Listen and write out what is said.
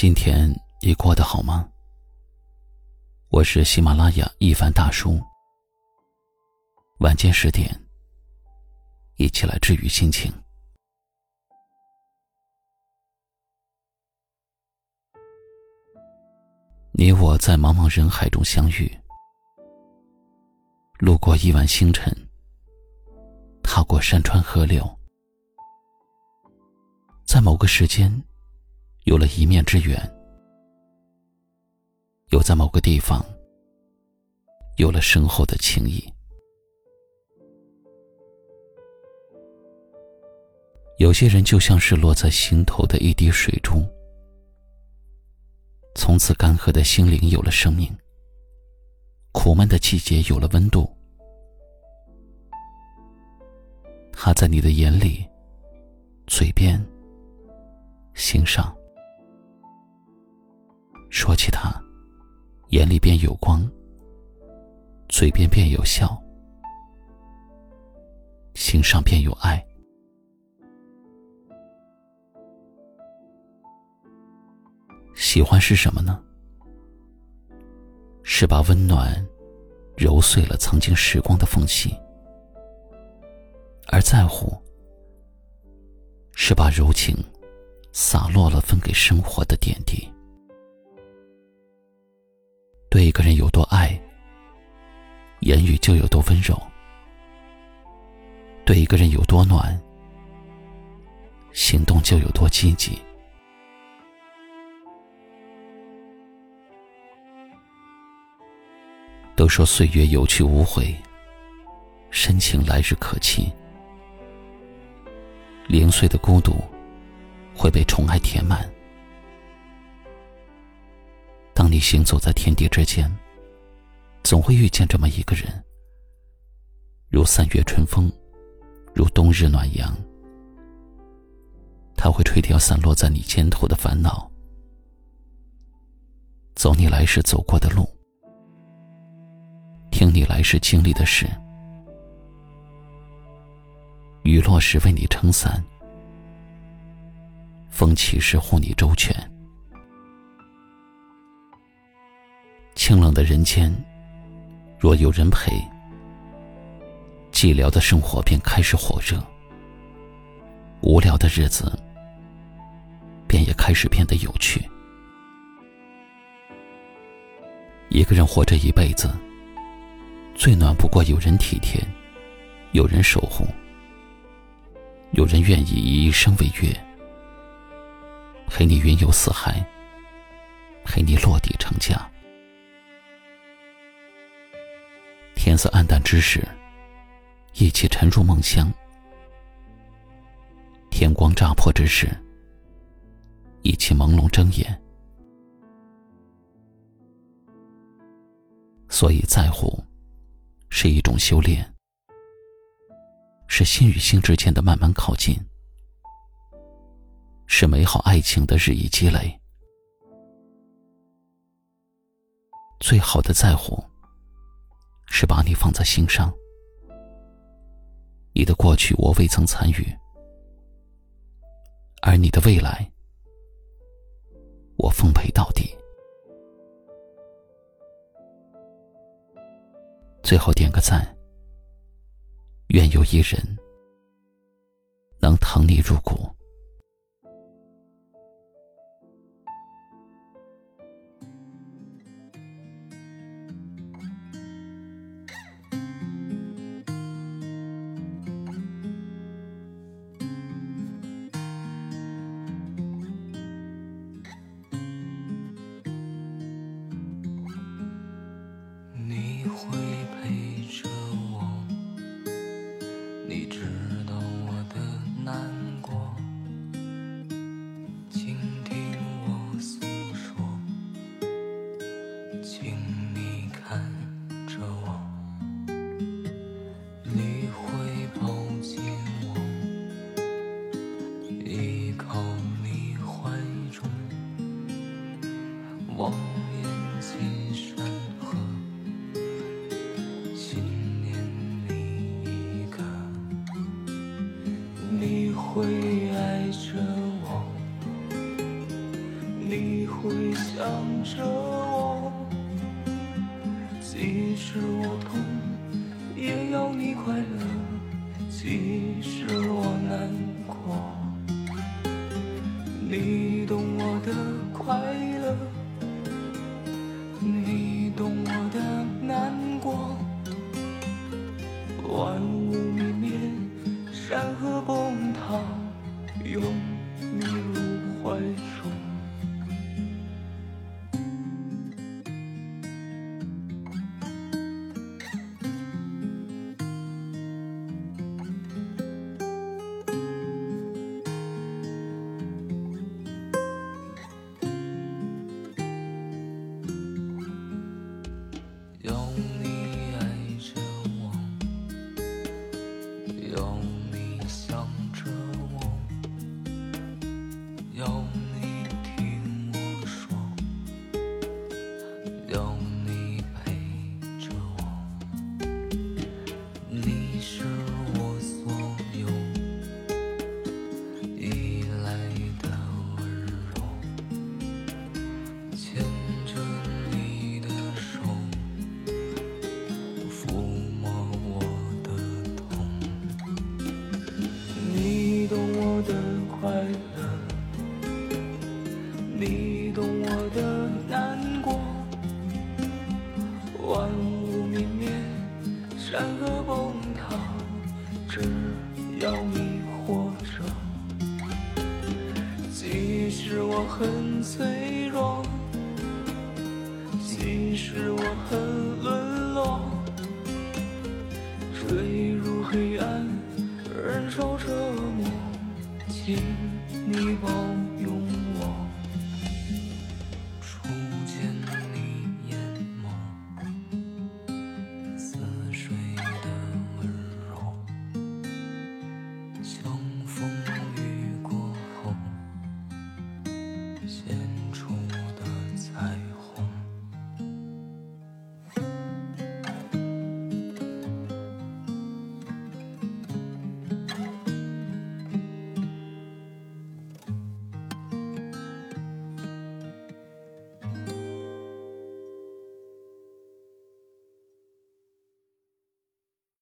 今天你过得好吗？我是喜马拉雅一凡大叔，晚间10点，一起来治愈心情。你我在茫茫人海中相遇，路过亿万星辰，踏过山川河流，在某个时间有了一面之缘，又在某个地方有了深厚的情谊。有些人就像是落在心头的一滴水珠，从此干涸的心灵有了生命，苦闷的季节有了温度。他在你的眼里、嘴边、心上，说起他，眼里便有光，嘴边便有笑，心上便有爱。喜欢是什么呢？是把温暖揉碎了曾经时光的缝隙，而在乎是把柔情洒落了分给生活的点滴。对一个人有多爱，言语就有多温柔；对一个人有多暖，行动就有多积极。都说岁月有去无回，深情来日可期。零碎的孤独会被宠爱填满。当你行走在天地之间，总会遇见这么一个人，如3月春风，如冬日暖阳。他会吹掉散落在你肩头的烦恼，走你来时走过的路，听你来时经历的事，雨落时为你撑伞，风起时护你周全。清冷的人间，若有人陪，寂寥的生活便开始火热，无聊的日子便也开始变得有趣。一个人活着一辈子，最暖不过有人体贴，有人守护，有人愿意以一生为约，陪你云游四海，陪你落地成家。天色暗淡之时，一起沉入梦乡；天光乍破之时，一起朦胧睁眼。所以在乎是一种修炼，是心与心之间的慢慢靠近，是美好爱情的日益积累。最好的在乎是把你放在心上，你的过去我未曾参与，而你的未来我奉陪到底。最后点个赞，愿有一人能疼你入骨。 你会陪着我，你知道我的难过，倾听我诉说，请你看着我，你会抱紧我，依靠你怀中，望眼前山河，心念你一个。 快乐，你懂我的难过。万物泯灭，山河崩塌，拥你入怀中。有你爱着我，有你想着我，有你听我说，有你陪着我。你是我所有依赖的温柔，牵着你的手，抚摸我的痛。你懂我的快乐，你懂我的难过。万物泯灭，山河崩塌，只要你活着。即使我很脆弱，即使我很沦落，坠入黑暗，忍受折磨，请你保